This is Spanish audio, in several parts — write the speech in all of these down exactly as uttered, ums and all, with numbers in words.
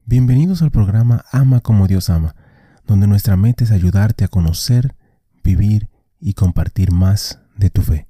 Bienvenidos al programa Ama como Dios ama, donde nuestra meta es ayudarte a conocer, vivir y compartir más de tu fe.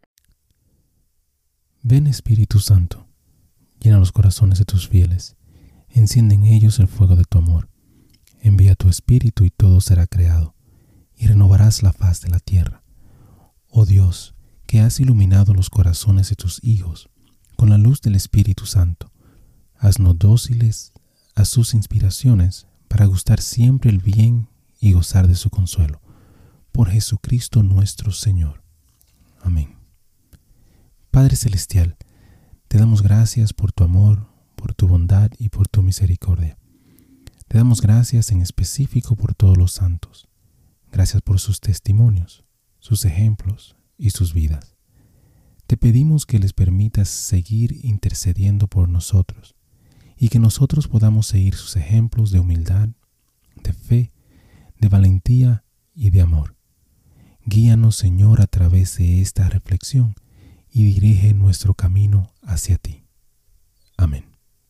Ven Espíritu Santo, llena los corazones de tus fieles, enciende en ellos el fuego de tu amor. Envía tu Espíritu y todo será creado, y renovarás la faz de la tierra. Oh Dios, que has iluminado los corazones de tus hijos con la luz del Espíritu Santo, haznos dóciles a sus inspiraciones para gustar siempre el bien y gozar de su consuelo. Por Jesucristo nuestro Señor. Amén. Padre Celestial, te damos gracias por tu amor, por tu bondad y por tu misericordia. Te damos gracias en específico por todos los santos. Gracias por sus testimonios, sus ejemplos y sus vidas. Te pedimos que les permitas seguir intercediendo por nosotros y que nosotros podamos seguir sus ejemplos de humildad, de fe, de valentía y de amor. Guíanos, Señor, a través de esta reflexión y dirige nuestro camino hacia ti. Amén.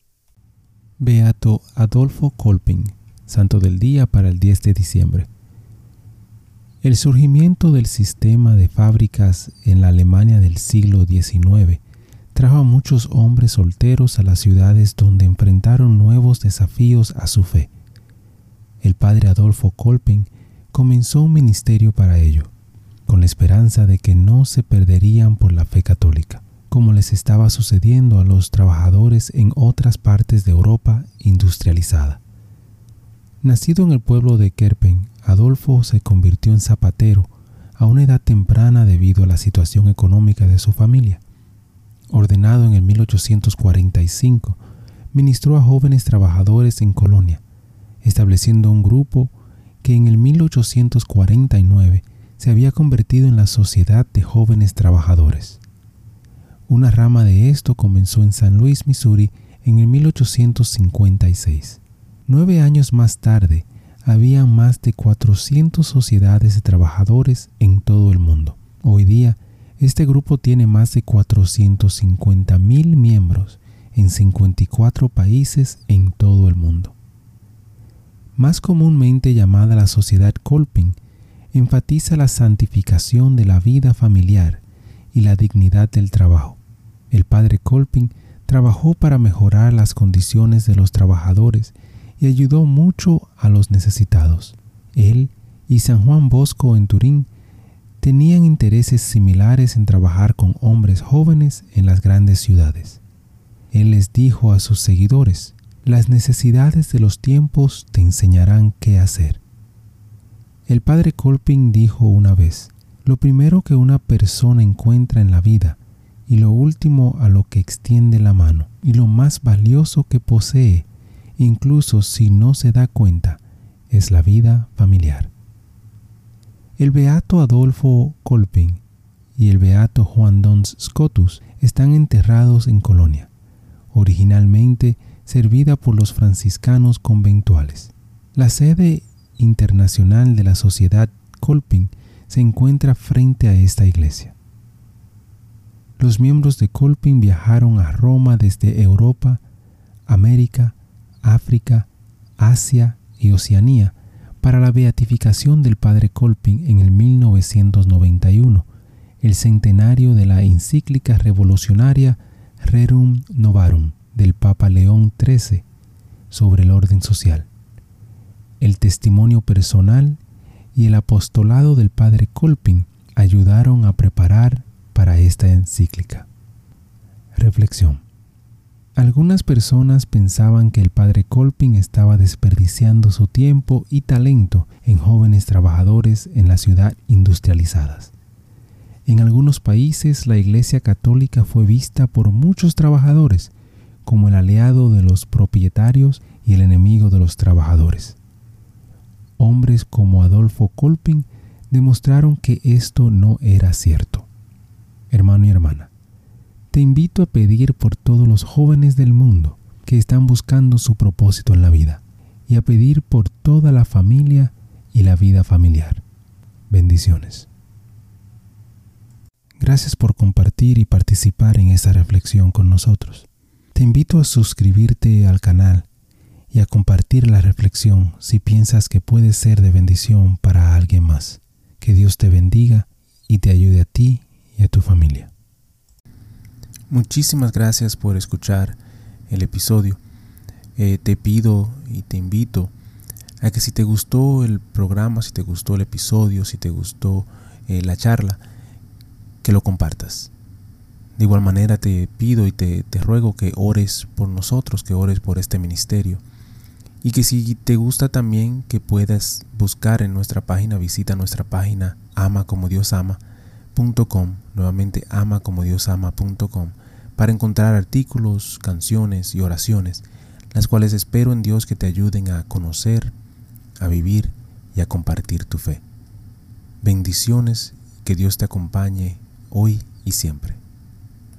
Beato Adolfo Kolping, Santo del Día para el diez de diciembre. El surgimiento del sistema de fábricas en la Alemania del siglo diecinueve trajo a muchos hombres solteros a las ciudades donde enfrentaron nuevos desafíos a su fe. El padre Adolfo Kolping comenzó un ministerio para ello, con la esperanza de que no se perderían por la fe católica, como les estaba sucediendo a los trabajadores en otras partes de Europa industrializada. Nacido en el pueblo de Kerpen, Adolfo se convirtió en zapatero a una edad temprana debido a la situación económica de su familia. Ordenado en el mil ochocientos cuarenta y cinco, ministró a jóvenes trabajadores en Colonia, estableciendo un grupo que en el mil ochocientos cuarenta y nueve se había convertido en la Sociedad de Jóvenes Trabajadores. Una rama de esto comenzó en San Luis, Missouri, en el mil ochocientos cincuenta y seis. Nueve años más tarde, había más de cuatrocientas sociedades de trabajadores en todo el mundo. Hoy día, este grupo tiene más de cuatrocientos cincuenta mil miembros en cincuenta y cuatro países en todo el mundo. Más comúnmente llamada la Sociedad Kolping, enfatiza la santificación de la vida familiar y la dignidad del trabajo. El padre Kolping trabajó para mejorar las condiciones de los trabajadores y ayudó mucho a los necesitados. Él y San Juan Bosco en Turín tenían intereses similares en trabajar con hombres jóvenes en las grandes ciudades. Él les dijo a sus seguidores: las necesidades de los tiempos te enseñarán qué hacer. El padre Kolping dijo una vez: lo primero que una persona encuentra en la vida y lo último a lo que extiende la mano y lo más valioso que posee, incluso si no se da cuenta, es la vida familiar. El beato Adolfo Kolping y el beato Juan Duns Scotus están enterrados en Colonia, originalmente servida por los franciscanos conventuales. La sede internacional de la Sociedad Kolping se encuentra frente a esta iglesia. Los miembros de Kolping viajaron a Roma desde Europa, América, África, Asia y Oceanía para la beatificación del padre Kolping en el mil novecientos noventa y uno, el centenario de la encíclica revolucionaria Rerum Novarum del Papa León trece sobre el orden social. El testimonio personal y el apostolado del padre Kolping ayudaron a preparar para esta encíclica. Reflexión. Algunas personas pensaban que el padre Kolping estaba desperdiciando su tiempo y talento en jóvenes trabajadores en las ciudades industrializadas. En algunos países, la Iglesia Católica fue vista por muchos trabajadores como el aliado de los propietarios y el enemigo de los trabajadores. Hombres como Adolfo Kolping demostraron que esto no era cierto. Hermano y hermana, te invito a pedir por todos los jóvenes del mundo que están buscando su propósito en la vida y a pedir por toda la familia y la vida familiar. Bendiciones. Gracias por compartir y participar en esta reflexión con nosotros. Te invito a suscribirte al canal y a compartir la reflexión si piensas que puede ser de bendición para alguien más. Que Dios te bendiga y te ayude a ti y a tu familia. Muchísimas gracias por escuchar el episodio. Eh, te pido y te invito a que si te gustó el programa, si te gustó el episodio, si te gustó eh, la charla, que lo compartas. De igual manera te pido y te, te ruego que ores por nosotros, que ores por este ministerio. Y que si te gusta también que puedas buscar en nuestra página, visita nuestra página ama como dios ama punto com, nuevamente ama como dios ama punto com, para encontrar artículos, canciones y oraciones, las cuales espero en Dios que te ayuden a conocer, a vivir y a compartir tu fe. Bendiciones, que Dios te acompañe hoy y siempre.